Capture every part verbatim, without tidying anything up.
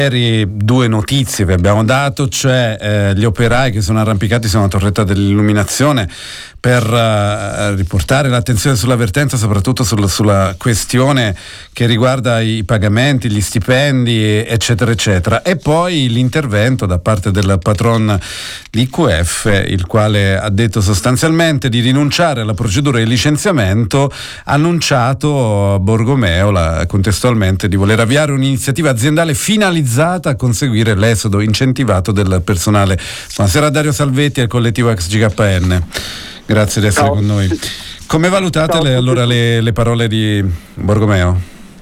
Ieri due notizie vi abbiamo dato, cioè eh, gli operai che sono arrampicati su una torretta dell'illuminazione per uh, riportare l'attenzione sull'avvertenza, soprattutto sul, sulla questione che riguarda i pagamenti, gli stipendi, eccetera, eccetera. E poi l'intervento da parte del patron di Q F, il quale ha detto sostanzialmente di rinunciare alla procedura di licenziamento, annunciato a Borgomeo la, contestualmente di voler avviare un'iniziativa aziendale finalizzata a conseguire l'esodo incentivato del personale. Buonasera Dario Salvetti al collettivo ex G K N. Grazie di essere Ciao. con noi. Come valutate Ciao. le, allora le, le parole di Borgomeo?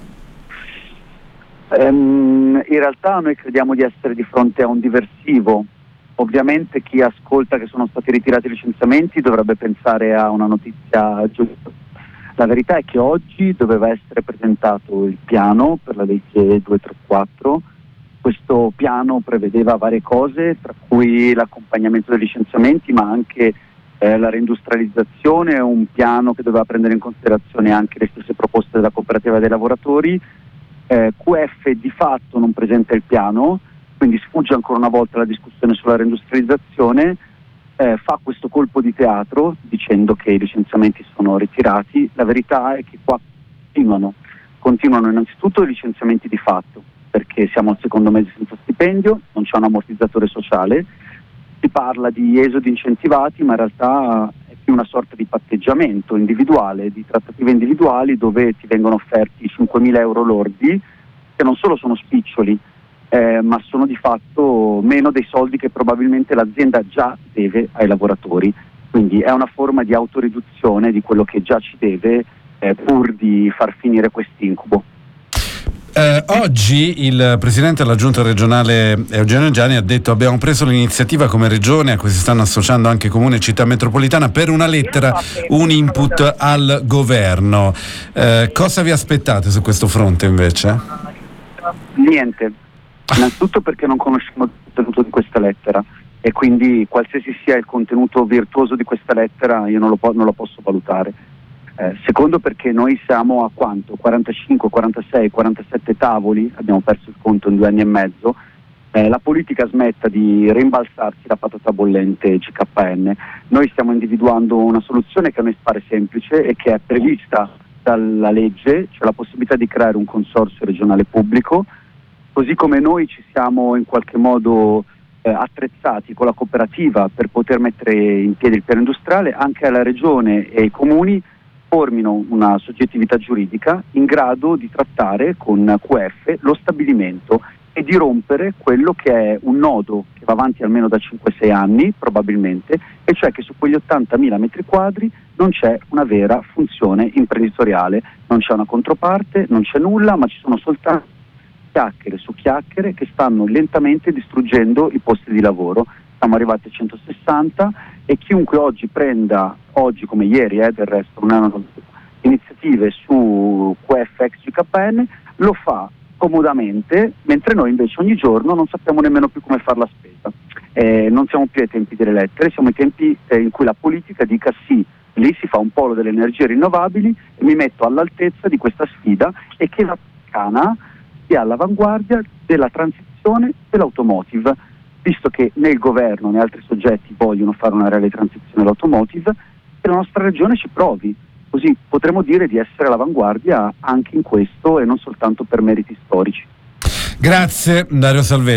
Um, in realtà noi crediamo di essere di fronte a un diversivo. Ovviamente chi ascolta che sono stati ritirati i licenziamenti dovrebbe pensare a una notizia giusta. La verità è che oggi doveva essere presentato il piano per la legge duecentotrentaquattro. Questo piano prevedeva varie cose, tra cui l'accompagnamento dei licenziamenti, ma anche Eh, la reindustrializzazione, un piano che doveva prendere in considerazione anche le stesse proposte della cooperativa dei lavoratori. eh, Q F di fatto non presenta il piano, quindi sfugge ancora una volta la discussione sulla reindustrializzazione, eh, fa questo colpo di teatro dicendo che i licenziamenti sono ritirati. La verità è che qua continuano continuano innanzitutto i licenziamenti di fatto, perché siamo al secondo mese senza stipendio, non c'è un ammortizzatore sociale. Si parla di esodi incentivati, ma in realtà è più una sorta di patteggiamento individuale, di trattative individuali dove ti vengono offerti cinquemila euro lordi, che non solo sono spiccioli, eh, ma sono di fatto meno dei soldi che probabilmente l'azienda già deve ai lavoratori. Quindi è una forma di autoriduzione di quello che già ci deve, eh, pur di far finire quest'incubo. Eh, oggi il presidente della giunta regionale Eugenio Giani ha detto: abbiamo preso l'iniziativa come regione, a cui si stanno associando anche comune e città metropolitana, per una lettera, un input al governo. Eh, cosa vi aspettate su questo fronte invece? Niente, innanzitutto perché non conosciamo il contenuto di questa lettera e quindi qualsiasi sia il contenuto virtuoso di questa lettera io non lo, po- non lo posso valutare. Eh, secondo perché noi siamo a quanto? quarantacinque, quarantasei, quarantasette tavoli, abbiamo perso il conto in due anni e mezzo. Eh, la politica smetta di rimbalzarsi la patata bollente G K N. Noi stiamo individuando una soluzione che a noi pare semplice e che è prevista dalla legge, cioè la possibilità di creare un consorzio regionale pubblico, così come noi ci siamo in qualche modo eh, attrezzati con la cooperativa per poter mettere in piedi il piano industriale. Anche alla regione e ai comuni formino una soggettività giuridica in grado di trattare con Q F lo stabilimento e di rompere quello che è un nodo che va avanti almeno da cinque sei anni probabilmente, e cioè che su quegli ottantamila metri quadri non c'è una vera funzione imprenditoriale, non c'è una controparte, non c'è nulla, ma ci sono soltanto chiacchiere su chiacchiere che stanno lentamente distruggendo i posti di lavoro. Siamo arrivati a centosessanta e chiunque oggi prenda, oggi come ieri eh, del resto non erano iniziative su Q F ex G K N, lo fa comodamente, mentre noi invece ogni giorno non sappiamo nemmeno più come fare la spesa. Eh, non siamo più ai tempi delle lettere, siamo ai tempi eh, in cui la politica dica sì, lì si fa un polo delle energie rinnovabili e mi metto all'altezza di questa sfida, e che la Toscana sia all'avanguardia della transizione dell'automotive, visto che né il governo né altri soggetti vogliono fare una reale transizione all'automotive, che la nostra regione ci provi, così potremo dire di essere all'avanguardia anche in questo e non soltanto per meriti storici. Grazie Dario Salvetti.